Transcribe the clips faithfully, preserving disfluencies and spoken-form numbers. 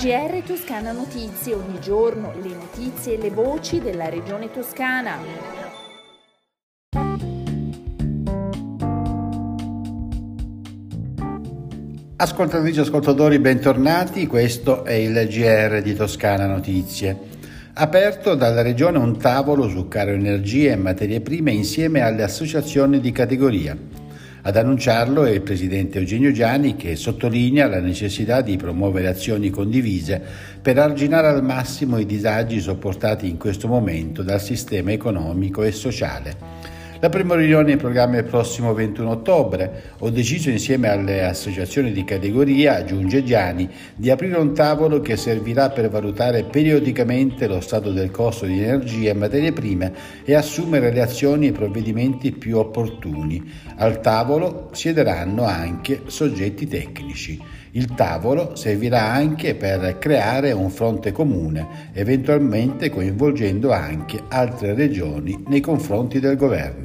G R Toscana Notizie, ogni giorno le notizie e le voci della regione toscana. Ascoltatrici e ascoltatori, bentornati, questo è il G R di Toscana Notizie. Aperto dalla Regione un tavolo su caro energia e materie prime insieme alle associazioni di categoria. Ad annunciarlo è il presidente Eugenio Giani, che sottolinea la necessità di promuovere azioni condivise per arginare al massimo i disagi sopportati in questo momento dal sistema economico e sociale. La prima riunione in programma è il prossimo ventuno ottobre. Ho deciso insieme alle associazioni di categoria, aggiunge Giani, di aprire un tavolo che servirà per valutare periodicamente lo stato del costo di energia e materie prime e assumere le azioni e i provvedimenti più opportuni. Al tavolo siederanno anche soggetti tecnici. Il tavolo servirà anche per creare un fronte comune, eventualmente coinvolgendo anche altre regioni nei confronti del governo.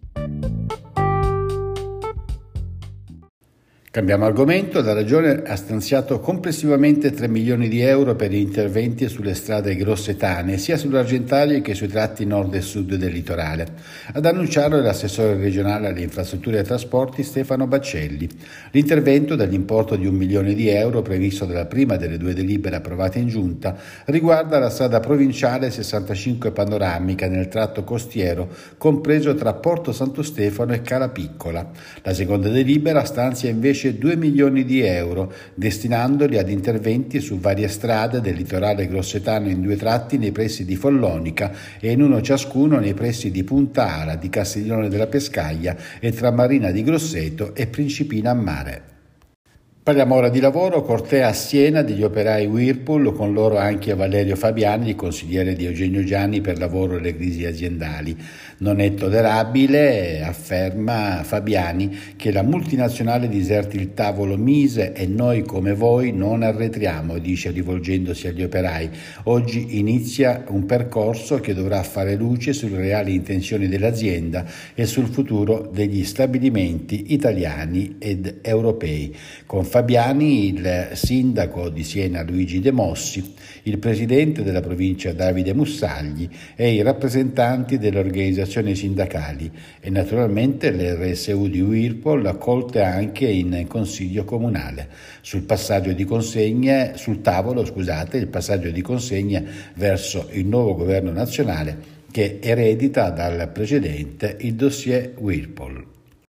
Cambiamo argomento. La Regione ha stanziato complessivamente tre milioni di euro per interventi sulle strade grossetane, sia sull'Argentario che sui tratti nord e sud del litorale. Ad annunciarlo è l'assessore regionale alle infrastrutture e ai trasporti Stefano Baccelli. L'intervento, dell'importo di un milione di euro, previsto dalla prima delle due delibere approvate in giunta, riguarda la strada provinciale sessantacinque panoramica nel tratto costiero compreso tra Porto Santo Stefano e Cala Piccola. La seconda delibera stanzia invece due milioni di euro, destinandoli ad interventi su varie strade del litorale grossetano in due tratti nei pressi di Follonica e in uno ciascuno nei pressi di Punta Ala, di Castiglione della Pescaia e tra Marina di Grosseto e Principina a Mare. Parliamo ora di lavoro. Cortea a Siena degli operai Whirlpool, con loro anche Valerio Fabiani, il consigliere di Eugenio Giani per lavoro e le crisi aziendali. Non è tollerabile, afferma Fabiani, che la multinazionale diserti il tavolo Mise e noi come voi non arretriamo, dice rivolgendosi agli operai. Oggi inizia un percorso che dovrà fare luce sulle reali intenzioni dell'azienda e sul futuro degli stabilimenti italiani ed europei. Con Fabiani, il sindaco di Siena Luigi De Mossi, il presidente della provincia Davide Mussagli e i rappresentanti delle organizzazioni sindacali e naturalmente l'R S U di Whirlpool, accolte anche in consiglio comunale. Sul passaggio di consegne, sul tavolo, scusate, il passaggio di consegne verso il nuovo governo nazionale che eredita dal precedente il dossier Whirlpool.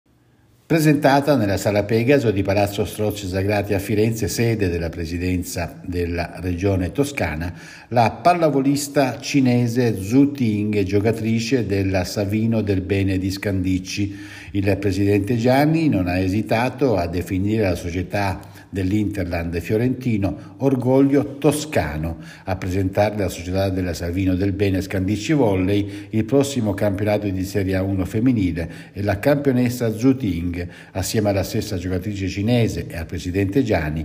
Presentata nella Sala Pegaso di Palazzo Strozzi Sagrati a Firenze, sede della presidenza della regione toscana, la pallavolista cinese Zhu Ting, giocatrice della Savino del Bene di Scandicci. Il presidente Gianni non ha esitato a definire la società dell'Interland fiorentino Orgoglio Toscano, a presentare la società della Savino del Bene Scandicci Volley il prossimo campionato di Serie A uno femminile e la campionessa Zhu Ting, assieme alla stessa giocatrice cinese e al presidente Gianni,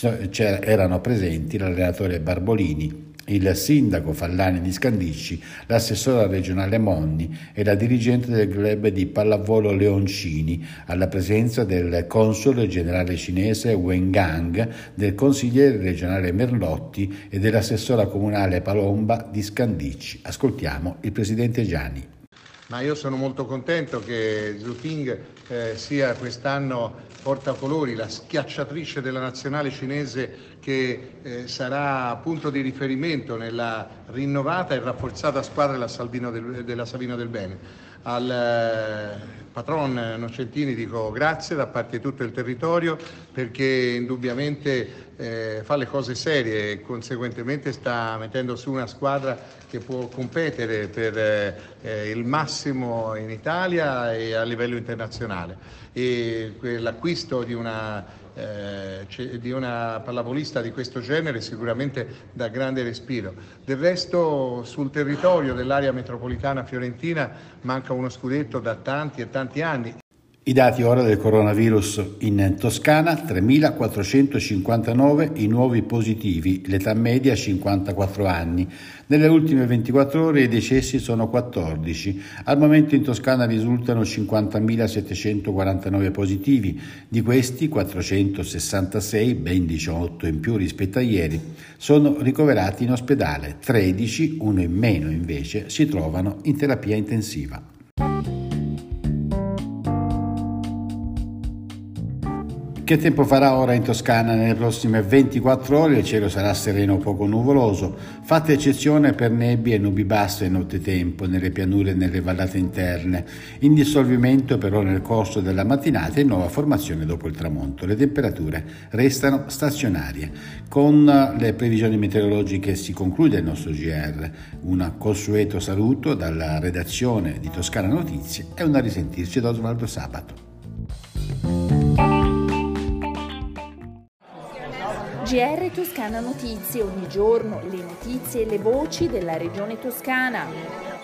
erano presenti l'allenatore Barbolini, il sindaco Fallani di Scandicci, l'assessora regionale Monni e la dirigente del club di pallavolo Leoncini, alla presenza del console generale cinese Wen Gang, del consigliere regionale Merlotti e dell'assessora comunale Palomba di Scandicci. Ascoltiamo il presidente Gianni. Ma io sono molto contento che Zhu Ting eh, sia quest'anno portacolori, la schiacciatrice della nazionale cinese che eh, sarà punto di riferimento nella rinnovata e rafforzata squadra della, Salvino del, della Savino del Bene. Al eh, patron Nocentini dico grazie da parte di tutto il territorio, perché indubbiamente eh, fa le cose serie e conseguentemente sta mettendo su una squadra che può competere per eh, il massimo in Italia e a livello internazionale. E l'acquisto di una Eh, di una pallavolista di questo genere sicuramente dà grande respiro. Del resto sul territorio dell'area metropolitana fiorentina manca uno scudetto da tanti e tanti anni. I dati ora del coronavirus in Toscana: tremilaquattrocentocinquantanove i nuovi positivi, l'età media cinquantaquattro anni. Nelle ultime ventiquattro ore i decessi sono quattordici. Al momento in Toscana risultano cinquantamilasettecentoquarantanove positivi, di questi quattrocentosessantasei, ben diciotto in più rispetto a ieri, sono ricoverati in ospedale, tredici, uno in meno invece, si trovano in terapia intensiva. Che tempo farà ora in Toscana? Nelle prossime ventiquattro ore il cielo sarà sereno o poco nuvoloso, fatta eccezione per nebbie e nubi basse e nottetempo nelle pianure e nelle vallate interne. In dissolvimento però nel corso della mattinata e nuova formazione dopo il tramonto. Le temperature restano stazionarie. Con le previsioni meteorologiche si conclude il nostro G R. Un consueto saluto dalla redazione di Toscana Notizie e una risentirci da Osvaldo Sabato. G R Toscana Notizie, ogni giorno le notizie e le voci della regione toscana.